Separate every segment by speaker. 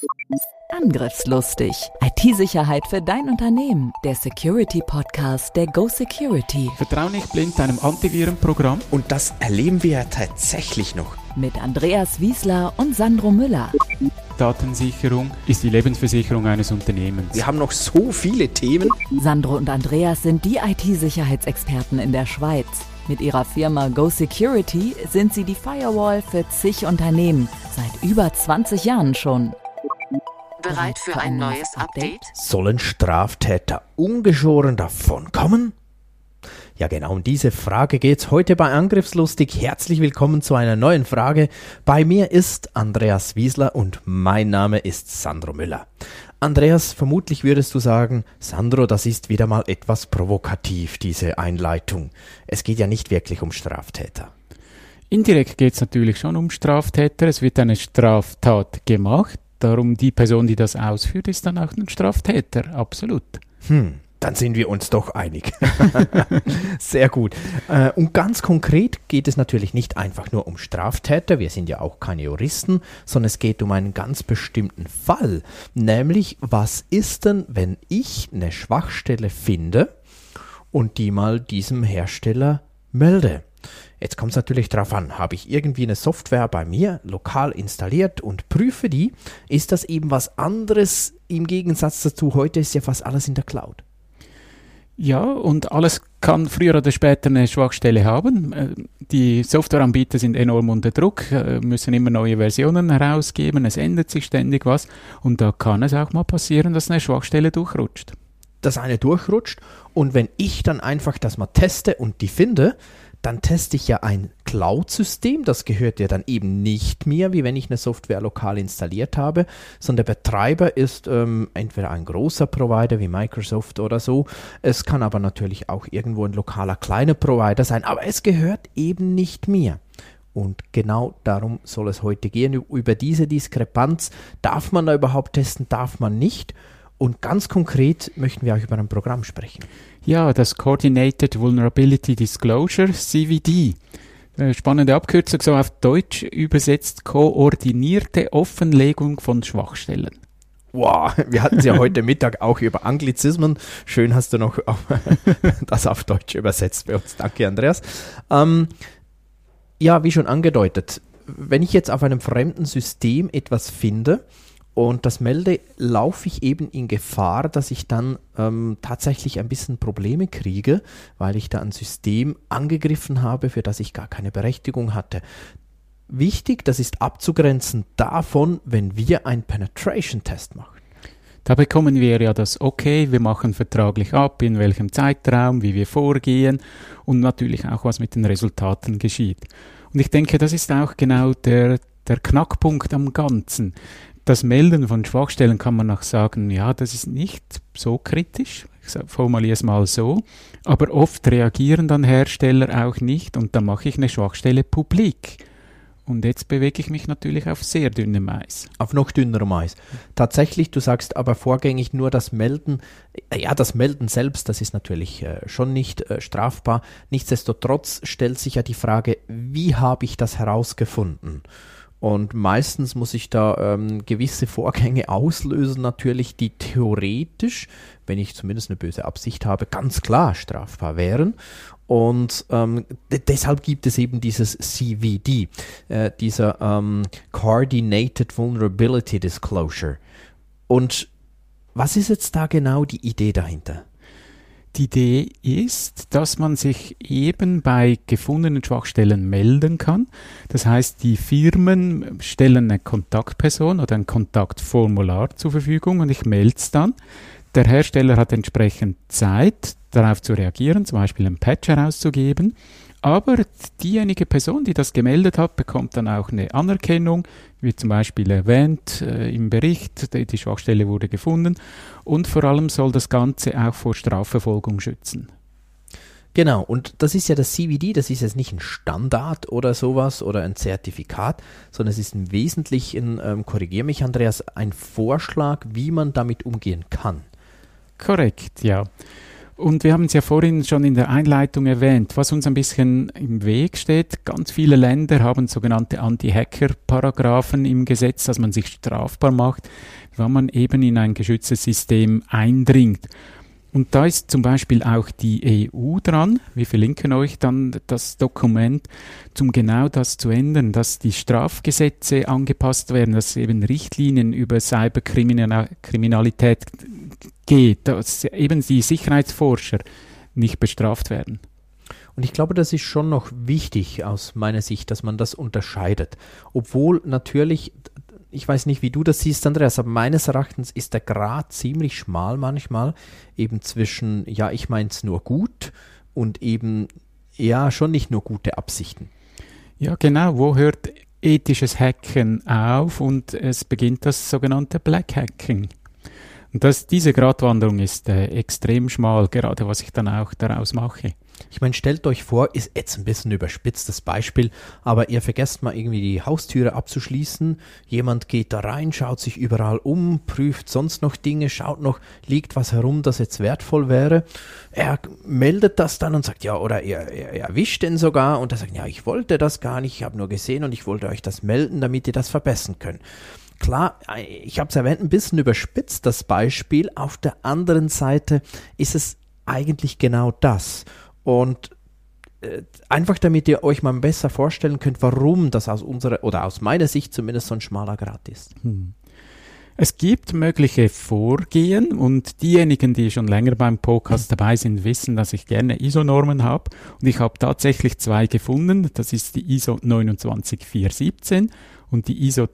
Speaker 1: Angriffslustig. IT-Sicherheit für dein Unternehmen. Der Security-Podcast der Go Security.
Speaker 2: Vertrau nicht blind deinem Antivirenprogramm.
Speaker 3: Und das erleben wir ja tatsächlich noch.
Speaker 1: Mit Andreas Wiesler und Sandro Müller.
Speaker 2: Datensicherung ist die Lebensversicherung eines Unternehmens.
Speaker 3: Wir haben noch so viele Themen.
Speaker 1: Sandro und Andreas sind die IT-Sicherheitsexperten in der Schweiz. Mit ihrer Firma Go Security sind sie die Firewall für zig Unternehmen. Seit über 20 Jahren schon.
Speaker 4: Bereit für ein neues Update?
Speaker 3: Sollen Straftäter ungeschoren davonkommen? Ja, genau um diese Frage geht's heute bei Angriffslustig. Herzlich willkommen zu einer neuen Frage. Bei mir ist Andreas Wiesler und mein Name ist Sandro Müller. Andreas, vermutlich würdest du sagen, Sandro, das ist wieder mal etwas provokativ, diese Einleitung. Es geht ja nicht wirklich um Straftäter.
Speaker 2: Indirekt geht es natürlich schon um Straftäter. Es wird eine Straftat gemacht. Darum die Person, die das ausführt, ist dann auch ein Straftäter. Absolut.
Speaker 3: Dann sind wir uns doch einig. Sehr gut. Und ganz konkret geht es natürlich nicht einfach nur um Straftäter, wir sind ja auch keine Juristen, sondern es geht um einen ganz bestimmten Fall. Nämlich, was ist denn, wenn ich eine Schwachstelle finde und die mal diesem Hersteller melde? Jetzt kommt es natürlich darauf an, habe ich irgendwie eine Software bei mir lokal installiert und prüfe die, ist das eben was anderes im Gegensatz dazu, heute ist ja fast alles in der Cloud.
Speaker 2: Ja, und alles kann früher oder später eine Schwachstelle haben. Die Softwareanbieter sind enorm unter Druck, müssen immer neue Versionen herausgeben, es ändert sich ständig was und da kann es auch mal passieren, dass eine Schwachstelle durchrutscht.
Speaker 3: Dass eine durchrutscht und wenn ich dann einfach das mal teste und die finde, dann teste ich ja ein Cloud-System, das gehört ja dann eben nicht mir, wie wenn ich eine Software lokal installiert habe, sondern der Betreiber ist entweder ein großer Provider wie Microsoft oder so, es kann aber natürlich auch irgendwo ein lokaler kleiner Provider sein, aber es gehört eben nicht mir. Und genau darum soll es heute gehen, über diese Diskrepanz. Darf man da überhaupt testen, darf man nicht? Und ganz konkret möchten wir auch über ein Programm sprechen.
Speaker 2: Ja, das Coordinated Vulnerability Disclosure, CVD. Spannende Abkürzung, so auf Deutsch übersetzt, koordinierte Offenlegung von Schwachstellen.
Speaker 3: Wow, wir hatten es ja heute Mittag auch über Anglizismen. Schön hast du noch das auf Deutsch übersetzt bei uns. Danke, Andreas. Ja, wie schon angedeutet, wenn ich jetzt auf einem fremden System etwas finde, und das melde, laufe ich eben in Gefahr, dass ich dann tatsächlich ein bisschen Probleme kriege, weil ich da ein System angegriffen habe, für das ich gar keine Berechtigung hatte. Wichtig, das ist abzugrenzen davon, wenn wir einen Penetration-Test machen.
Speaker 2: Da bekommen wir ja das Okay, wir machen vertraglich ab, in welchem Zeitraum, wie wir vorgehen und natürlich auch, was mit den Resultaten geschieht. Und ich denke, das ist auch genau der Knackpunkt am Ganzen. Das Melden von Schwachstellen kann man auch sagen, ja, das ist nicht so kritisch, ich formuliere es mal so, aber oft reagieren dann Hersteller auch nicht und dann mache ich eine Schwachstelle publik. Und jetzt bewege ich mich natürlich auf sehr dünnem Eis.
Speaker 3: Auf noch dünnerem Eis. Tatsächlich, du sagst aber vorgängig nur das Melden. Ja, das Melden selbst, das ist natürlich schon nicht strafbar. Nichtsdestotrotz stellt sich ja die Frage, wie habe ich das herausgefunden? Und meistens muss ich da gewisse Vorgänge auslösen, natürlich, die theoretisch, wenn ich zumindest eine böse Absicht habe, ganz klar strafbar wären. Und deshalb gibt es eben dieses CVD, dieser Coordinated Vulnerability Disclosure. Und was ist jetzt da genau die Idee dahinter?
Speaker 2: Die Idee ist, dass man sich eben bei gefundenen Schwachstellen melden kann. Das heißt, die Firmen stellen eine Kontaktperson oder ein Kontaktformular zur Verfügung und ich melde es dann. Der Hersteller hat entsprechend Zeit, darauf zu reagieren, zum Beispiel einen Patch herauszugeben. Aber diejenige Person, die das gemeldet hat, bekommt dann auch eine Anerkennung, wie zum Beispiel erwähnt im Bericht, die Schwachstelle wurde gefunden und vor allem soll das Ganze auch vor Strafverfolgung schützen.
Speaker 3: Genau, und das ist ja das CVD, das ist jetzt nicht ein Standard oder sowas oder ein Zertifikat, sondern es ist im Wesentlichen, korrigiere mich Andreas, ein Vorschlag, wie man damit umgehen kann.
Speaker 2: Korrekt, ja. Und wir haben es ja vorhin schon in der Einleitung erwähnt, was uns ein bisschen im Weg steht. Ganz viele Länder haben sogenannte Anti-Hacker-Paragraphen im Gesetz, dass man sich strafbar macht, wenn man eben in ein geschütztes System eindringt. Und da ist zum Beispiel auch die EU dran, wir verlinken euch dann das Dokument, um genau das zu ändern, dass die Strafgesetze angepasst werden, dass eben Richtlinien über Cyberkriminalität geht, dass eben die Sicherheitsforscher nicht bestraft werden.
Speaker 3: Und ich glaube, das ist schon noch wichtig aus meiner Sicht, dass man das unterscheidet. Obwohl natürlich, ich weiß nicht, wie du das siehst, Andreas, aber meines Erachtens ist der Grat ziemlich schmal manchmal, eben zwischen, ja, ich meine es nur gut und eben, ja, schon nicht nur gute Absichten.
Speaker 2: Ja, genau. Wo hört ethisches Hacken auf und es beginnt das sogenannte Black Hacking? Und diese Gratwanderung ist extrem schmal, gerade was ich dann auch daraus mache.
Speaker 3: Ich meine, stellt euch vor, ist jetzt ein bisschen überspitztes Beispiel, aber ihr vergesst mal irgendwie die Haustüre abzuschließen, jemand geht da rein, schaut sich überall um, prüft sonst noch Dinge, schaut noch, liegt was herum, das jetzt wertvoll wäre. Er meldet das dann und sagt, ja, oder er erwischt den sogar und er sagt, ja, ich wollte das gar nicht, ich habe nur gesehen und ich wollte euch das melden, damit ihr das verbessern könnt. Klar, ich habe es erwähnt, ein bisschen überspitzt das Beispiel, auf der anderen Seite ist es eigentlich genau das. Und einfach damit ihr euch mal besser vorstellen könnt, warum das aus unserer oder aus meiner Sicht zumindest so ein schmaler Grat ist.
Speaker 2: Es gibt mögliche Vorgehen und diejenigen, die schon länger beim Podcast dabei sind, wissen, dass ich gerne ISO-Normen habe. Und ich habe tatsächlich 2 gefunden. Das ist die ISO 29417 und die ISO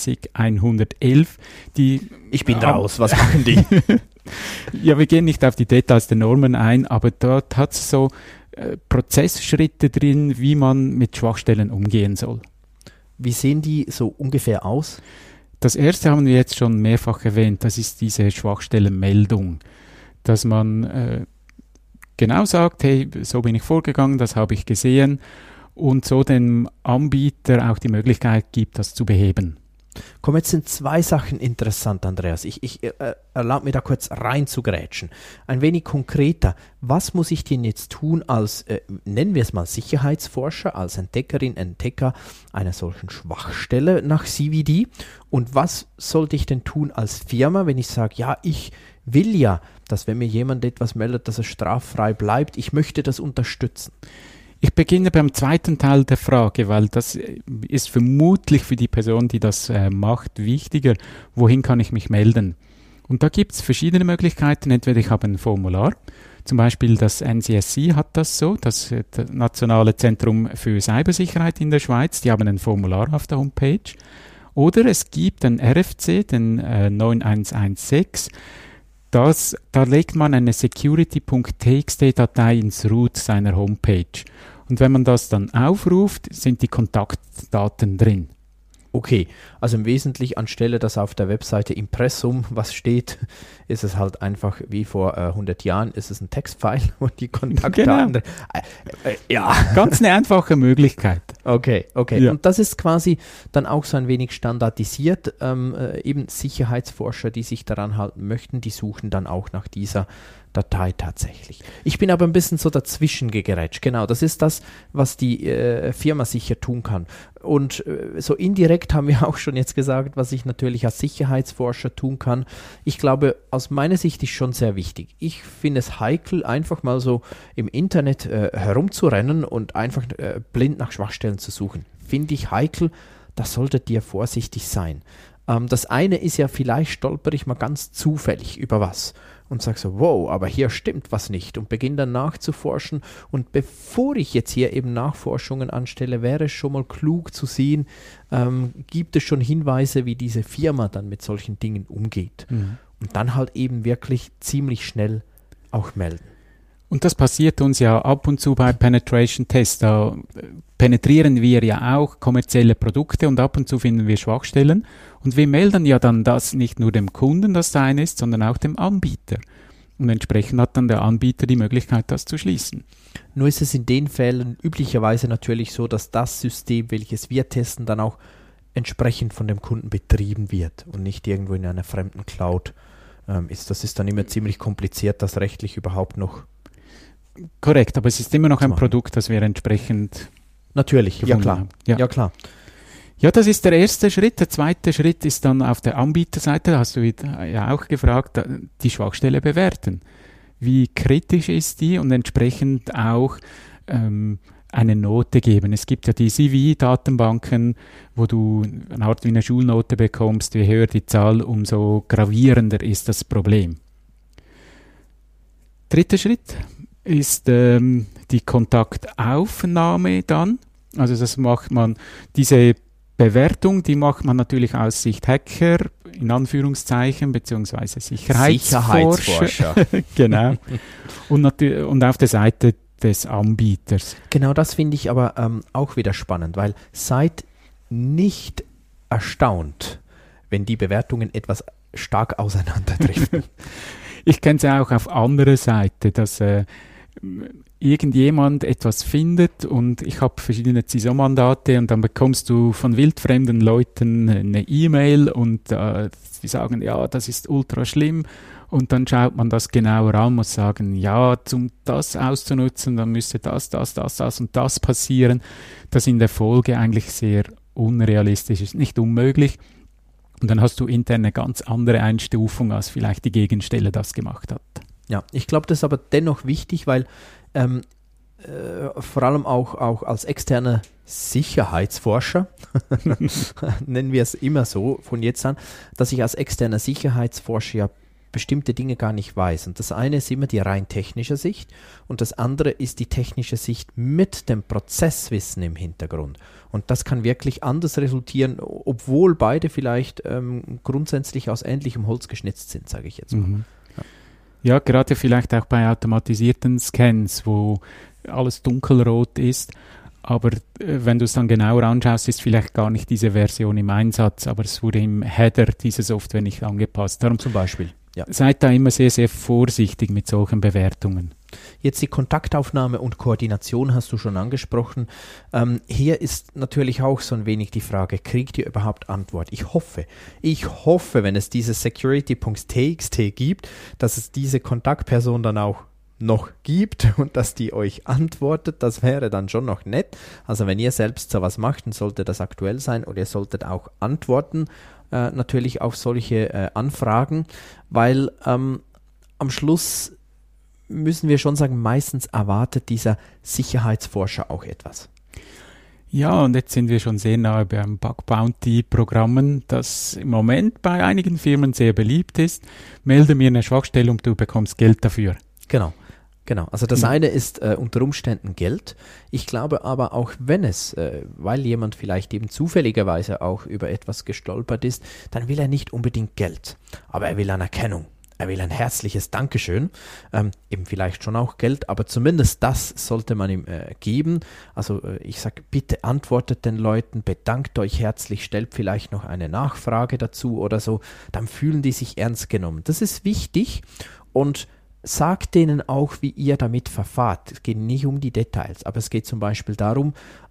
Speaker 2: 30111.
Speaker 3: Ich bin raus, was machen die?
Speaker 2: Ja, wir gehen nicht auf die Details der Normen ein, aber dort hat es so Prozessschritte drin, wie man mit Schwachstellen umgehen soll.
Speaker 3: Wie sehen die so ungefähr aus?
Speaker 2: Das erste haben wir jetzt schon mehrfach erwähnt, das ist diese Schwachstellenmeldung, dass man genau sagt, hey, so bin ich vorgegangen, das habe ich gesehen und so dem Anbieter auch die Möglichkeit gibt, das zu beheben.
Speaker 3: Komm, jetzt sind 2 Sachen interessant, Andreas. Ich erlaube mir da kurz rein zu grätschen. Ein wenig konkreter. Was muss ich denn jetzt tun als, nennen wir es mal Sicherheitsforscher, als Entdeckerin, Entdecker einer solchen Schwachstelle nach CVD? Und was sollte ich denn tun als Firma, wenn ich sage, ja, ich will ja, dass wenn mir jemand etwas meldet, dass es straffrei bleibt, ich möchte das unterstützen?
Speaker 2: Ich beginne beim zweiten Teil der Frage, weil das ist vermutlich für die Person, die das macht, wichtiger. Wohin kann ich mich melden? Und da gibt es verschiedene Möglichkeiten. Entweder ich habe ein Formular, zum Beispiel das NCSC hat das so, das Nationale Zentrum für Cybersicherheit in der Schweiz, die haben ein Formular auf der Homepage. Oder es gibt ein RFC, den 9116, da legt man eine security.txt-Datei ins Root seiner Homepage. Und wenn man das dann aufruft, sind die Kontaktdaten drin.
Speaker 3: Okay, also im Wesentlichen anstelle, dass auf der Webseite Impressum was steht, ist es halt einfach wie vor 100 Jahren, ist es ein Textfile und die Kontaktdaten.
Speaker 2: Genau.
Speaker 3: Ja,
Speaker 2: ganz eine einfache Möglichkeit.
Speaker 3: Okay. Ja. Und das ist quasi dann auch so ein wenig standardisiert. Eben Sicherheitsforscher, die sich daran halten möchten, die suchen dann auch nach dieser Datei tatsächlich. Ich bin aber ein bisschen so dazwischen gegrätscht. Genau, das ist das, was die Firma sicher tun kann. Und so indirekt haben wir auch schon jetzt gesagt, was ich natürlich als Sicherheitsforscher tun kann. Ich glaube, aus meiner Sicht ist schon sehr wichtig. Ich finde es heikel, einfach mal so im Internet herumzurennen und einfach blind nach Schwachstellen zu suchen. Finde ich heikel, da solltet ihr vorsichtig sein. Das eine ist ja, vielleicht stolper ich mal ganz zufällig über was und sage so, wow, aber hier stimmt was nicht und beginne dann nachzuforschen. Und bevor ich jetzt hier eben Nachforschungen anstelle, wäre es schon mal klug zu sehen, gibt es schon Hinweise, wie diese Firma dann mit solchen Dingen umgeht. Mhm. Und dann halt eben wirklich ziemlich schnell auch melden.
Speaker 2: Und das passiert uns ja ab und zu bei Penetration Tests. Da penetrieren wir ja auch kommerzielle Produkte und ab und zu finden wir Schwachstellen. Und wir melden ja dann das nicht nur dem Kunden, das sein ist, sondern auch dem Anbieter. Und entsprechend hat dann der Anbieter die Möglichkeit, das zu schließen.
Speaker 3: Nur ist es in den Fällen üblicherweise natürlich so, dass das System, welches wir testen, dann auch entsprechend von dem Kunden betrieben wird und nicht irgendwo in einer fremden Cloud ist. Das ist dann immer ziemlich kompliziert, das rechtlich überhaupt noch
Speaker 2: Korrekt, aber es ist immer noch ein Produkt, das wir entsprechend
Speaker 3: natürlich, ja klar.
Speaker 2: haben.
Speaker 3: Ja, klar.
Speaker 2: Ja, das ist der erste Schritt. Der zweite Schritt ist dann auf der Anbieterseite, da hast du ja auch gefragt, die Schwachstelle bewerten. Wie kritisch ist die und entsprechend auch eine Note geben. Es gibt ja die CV-Datenbanken, wo du eine Art wie eine Schulnote bekommst. Je höher die Zahl, umso gravierender ist das Problem. Dritter Schritt ist die Kontaktaufnahme dann. Also das macht man, diese Bewertung, die macht man natürlich aus Sicht Hacker, in Anführungszeichen, beziehungsweise Sicherheitsforscher. Genau. Und auf der Seite des Anbieters.
Speaker 3: Genau, das finde ich aber auch wieder spannend, weil seid nicht erstaunt, wenn die Bewertungen etwas stark auseinanderdriften.
Speaker 2: Ich kenne es ja auch auf anderer Seite, dass irgendjemand etwas findet und ich habe verschiedene CISO-Mandate und dann bekommst du von wildfremden Leuten eine E-Mail und die sagen, ja, das ist ultra schlimm. Und dann schaut man das genauer an, muss sagen, ja, um das auszunutzen, dann müsste das und das passieren. Das in der Folge eigentlich sehr unrealistisch ist, nicht unmöglich. Und dann hast du intern eine ganz andere Einstufung, als vielleicht die Gegenstelle das gemacht hat.
Speaker 3: Ja, ich glaube, das ist aber dennoch wichtig, weil vor allem auch als externer Sicherheitsforscher, nennen wir es immer so von jetzt an, dass ich als externer Sicherheitsforscher ja bestimmte Dinge gar nicht weiß. Und das eine ist immer die rein technische Sicht und das andere ist die technische Sicht mit dem Prozesswissen im Hintergrund. Und das kann wirklich anders resultieren, obwohl beide vielleicht grundsätzlich aus ähnlichem Holz geschnitzt sind, sage ich jetzt mal.
Speaker 2: Mhm. Ja, gerade vielleicht auch bei automatisierten Scans, wo alles dunkelrot ist. Aber wenn du es dann genauer anschaust, ist vielleicht gar nicht diese Version im Einsatz, aber es wurde im Header dieser Software nicht angepasst. Darum
Speaker 3: zum Beispiel. Ja.
Speaker 2: Seid da immer sehr, sehr vorsichtig mit solchen Bewertungen.
Speaker 3: Jetzt die Kontaktaufnahme und Koordination hast du schon angesprochen. Hier ist natürlich auch so ein wenig die Frage, kriegt ihr überhaupt Antwort? Ich hoffe, wenn es diese security.txt gibt, dass es diese Kontaktperson dann auch noch gibt und dass die euch antwortet, das wäre dann schon noch nett. Also wenn ihr selbst sowas macht, dann sollte das aktuell sein und ihr solltet auch antworten natürlich auf solche Anfragen, weil am Schluss müssen wir schon sagen, meistens erwartet dieser Sicherheitsforscher auch etwas.
Speaker 2: Ja, und jetzt sind wir schon sehr nahe beim Bug-Bounty-Programmen, das im Moment bei einigen Firmen sehr beliebt ist. Melde mir eine Schwachstelle und du bekommst Geld dafür.
Speaker 3: Genau. Also das eine ist unter Umständen Geld. Ich glaube aber auch, wenn es, weil jemand vielleicht eben zufälligerweise auch über etwas gestolpert ist, dann will er nicht unbedingt Geld, aber er will Anerkennung. Er will ein herzliches Dankeschön, eben vielleicht schon auch Geld, aber zumindest das sollte man ihm geben. Also ich sage, bitte antwortet den Leuten, bedankt euch herzlich, stellt vielleicht noch eine Nachfrage dazu oder so, dann fühlen die sich ernst genommen. Das ist wichtig und sagt denen auch, wie ihr damit verfahrt. Es geht nicht um die Details, aber es geht zum Beispiel darum,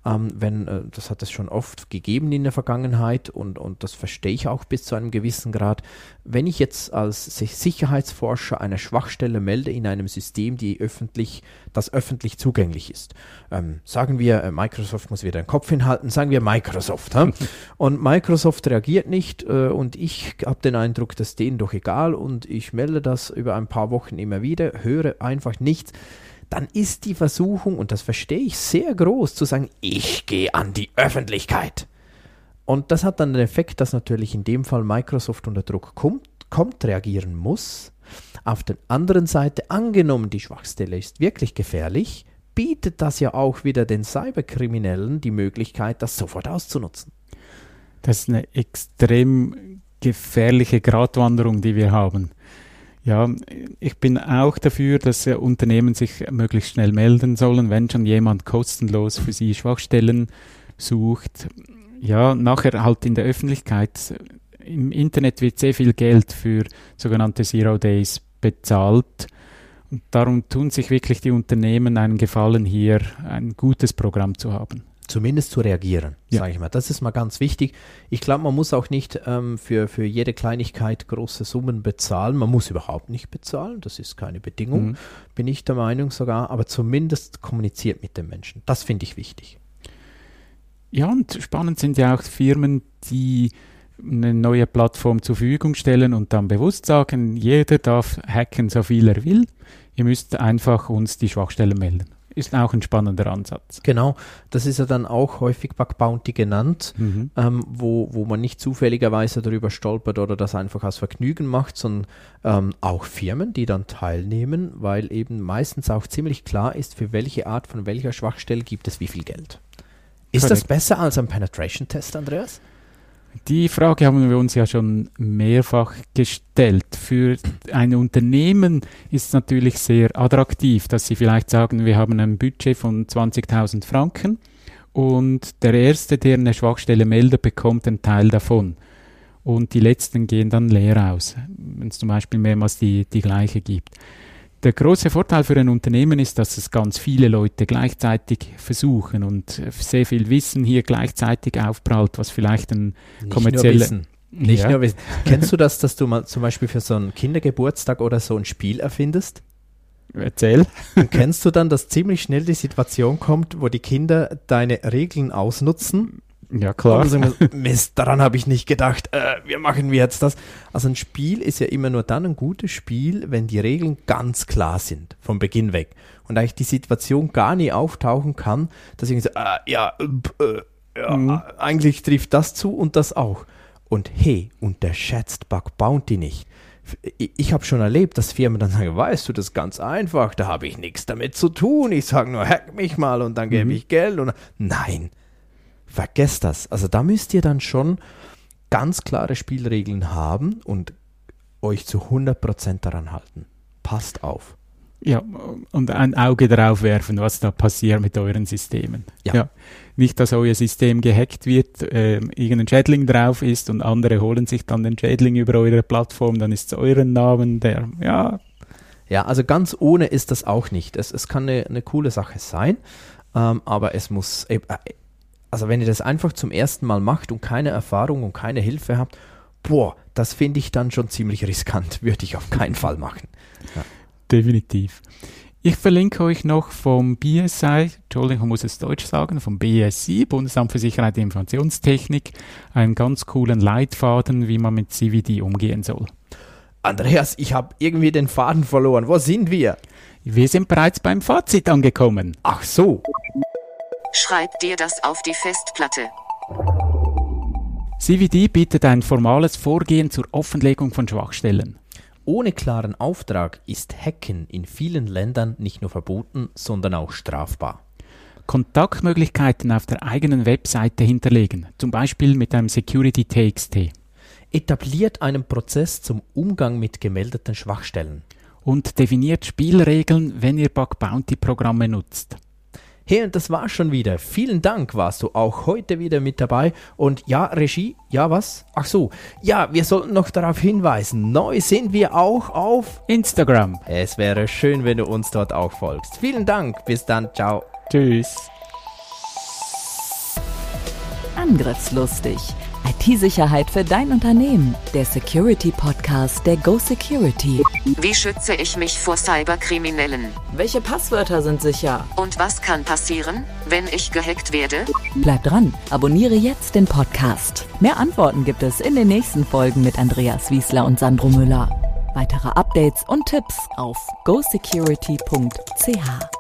Speaker 3: das hat es schon oft gegeben in der Vergangenheit und das verstehe ich auch bis zu einem gewissen Grad, wenn ich jetzt als Sicherheitsforscher eine Schwachstelle melde in einem System, das öffentlich zugänglich ist. Sagen wir, Microsoft muss wieder den Kopf hinhalten, sagen wir Microsoft. Und Microsoft reagiert nicht und ich habe den Eindruck, das ist denen doch egal und ich melde das über ein paar Wochen immer wieder, höre einfach nichts. Dann ist die Versuchung, und das verstehe ich, sehr groß, zu sagen, ich gehe an die Öffentlichkeit. Und das hat dann den Effekt, dass natürlich in dem Fall Microsoft unter Druck kommt, reagieren muss. Auf der anderen Seite, angenommen, die Schwachstelle ist wirklich gefährlich, bietet das ja auch wieder den Cyberkriminellen die Möglichkeit, das sofort auszunutzen.
Speaker 2: Das ist eine extrem gefährliche Gratwanderung, die wir haben. Ja, ich bin auch dafür, dass Unternehmen sich möglichst schnell melden sollen, wenn schon jemand kostenlos für sie Schwachstellen sucht. Ja, nachher halt in der Öffentlichkeit. Im Internet wird sehr viel Geld für sogenannte Zero Days bezahlt. Und darum tun sich wirklich die Unternehmen einen Gefallen, hier ein gutes Programm zu haben.
Speaker 3: zumindest zu reagieren,
Speaker 2: Ja.
Speaker 3: sage ich mal. Das ist mal ganz wichtig. Ich glaube, man muss auch nicht für jede Kleinigkeit große Summen bezahlen. Man muss überhaupt nicht bezahlen, das ist keine Bedingung, bin ich der Meinung sogar, aber zumindest kommuniziert mit den Menschen. Das finde ich wichtig.
Speaker 2: Ja, und spannend sind ja auch Firmen, die eine neue Plattform zur Verfügung stellen und dann bewusst sagen, jeder darf hacken, so viel er will. Ihr müsst einfach uns die Schwachstellen melden. Ist auch ein spannender Ansatz.
Speaker 3: Genau, das ist ja dann auch häufig Bug Bounty genannt, wo man nicht zufälligerweise darüber stolpert oder das einfach aus Vergnügen macht, sondern auch Firmen, die dann teilnehmen, weil eben meistens auch ziemlich klar ist, für welche Art von welcher Schwachstelle gibt es wie viel Geld. Ist das besser als ein Penetration-Test, Andreas?
Speaker 2: Die Frage haben wir uns ja schon mehrfach gestellt. Für ein Unternehmen ist es natürlich sehr attraktiv, dass sie vielleicht sagen, wir haben ein Budget von 20.000 Franken und der Erste, der eine Schwachstelle meldet, bekommt einen Teil davon. Und die Letzten gehen dann leer aus, wenn es zum Beispiel mehrmals die gleiche gibt. Der große Vorteil für ein Unternehmen ist, dass es ganz viele Leute gleichzeitig versuchen und sehr viel Wissen hier gleichzeitig aufprallt, was vielleicht ein kommerzieller...
Speaker 3: Nicht nur Wissen. Kennst du das, dass du mal zum Beispiel für so einen Kindergeburtstag oder so ein Spiel erfindest?
Speaker 2: Erzähl.
Speaker 3: Und kennst du dann, dass ziemlich schnell die Situation kommt, wo die Kinder deine Regeln ausnutzen?
Speaker 2: Ja, klar.
Speaker 3: Und sagen, Mist, daran habe ich nicht gedacht, wie machen wir jetzt das? Also ein Spiel ist ja immer nur dann ein gutes Spiel, wenn die Regeln ganz klar sind, vom Beginn weg. Und eigentlich die Situation gar nie auftauchen kann, dass ich sage, eigentlich trifft das zu und das auch. Und hey, unterschätzt Bug Bounty nicht. Ich habe schon erlebt, dass Firmen dann sagen, weißt du, das ist ganz einfach, da habe ich nichts damit zu tun. Ich sage nur, hack mich mal und dann gebe ich Geld. Und nein, vergesst das. Also da müsst ihr dann schon ganz klare Spielregeln haben und euch zu 100% daran halten. Passt auf.
Speaker 2: Ja, und ein Auge drauf werfen, was da passiert mit euren Systemen. Ja. Nicht, dass euer System gehackt wird, irgendein Schädling drauf ist und andere holen sich dann den Schädling über eure Plattform, dann ist es euren Namen, Ja,
Speaker 3: also ganz ohne ist das auch nicht. Es kann eine coole Sache sein, aber es muss... Also wenn ihr das einfach zum ersten Mal macht und keine Erfahrung und keine Hilfe habt, das finde ich dann schon ziemlich riskant, würde ich auf keinen Fall machen. Ja.
Speaker 2: Definitiv. Ich verlinke euch noch vom BSI, Entschuldigung, ich muss es Deutsch sagen, vom BSI, Bundesamt für Sicherheit und Informationstechnik, einen ganz coolen Leitfaden, wie man mit CVD umgehen soll.
Speaker 3: Andreas, ich habe irgendwie den Faden verloren. Wo sind wir?
Speaker 2: Wir sind bereits beim Fazit angekommen.
Speaker 3: Ach so.
Speaker 4: Schreib dir das auf die Festplatte.
Speaker 2: CVD bietet ein formales Vorgehen zur Offenlegung von Schwachstellen.
Speaker 3: Ohne klaren Auftrag ist Hacken in vielen Ländern nicht nur verboten, sondern auch strafbar.
Speaker 2: Kontaktmöglichkeiten auf der eigenen Webseite hinterlegen, zum Beispiel mit einem Security-TXT.
Speaker 3: Etabliert einen Prozess zum Umgang mit gemeldeten Schwachstellen.
Speaker 2: Und definiert Spielregeln, wenn ihr Bug-Bounty-Programme nutzt.
Speaker 3: Hey, und das war's schon wieder. Vielen Dank, warst du auch heute wieder mit dabei. Und ja, Regie, ja was? Ach so, ja, wir sollten noch darauf hinweisen, neu sind wir auch auf
Speaker 2: Instagram.
Speaker 3: Es wäre schön, wenn du uns dort auch folgst. Vielen Dank, bis dann, ciao.
Speaker 2: Tschüss.
Speaker 1: Angriffslustig. IT-Sicherheit für dein Unternehmen. Der Security-Podcast der Go Security.
Speaker 4: Wie schütze ich mich vor Cyberkriminellen?
Speaker 1: Welche Passwörter sind sicher?
Speaker 4: Und was kann passieren, wenn ich gehackt werde?
Speaker 1: Bleib dran, abonniere jetzt den Podcast. Mehr Antworten gibt es in den nächsten Folgen mit Andreas Wiesler und Sandro Müller. Weitere Updates und Tipps auf gosecurity.ch.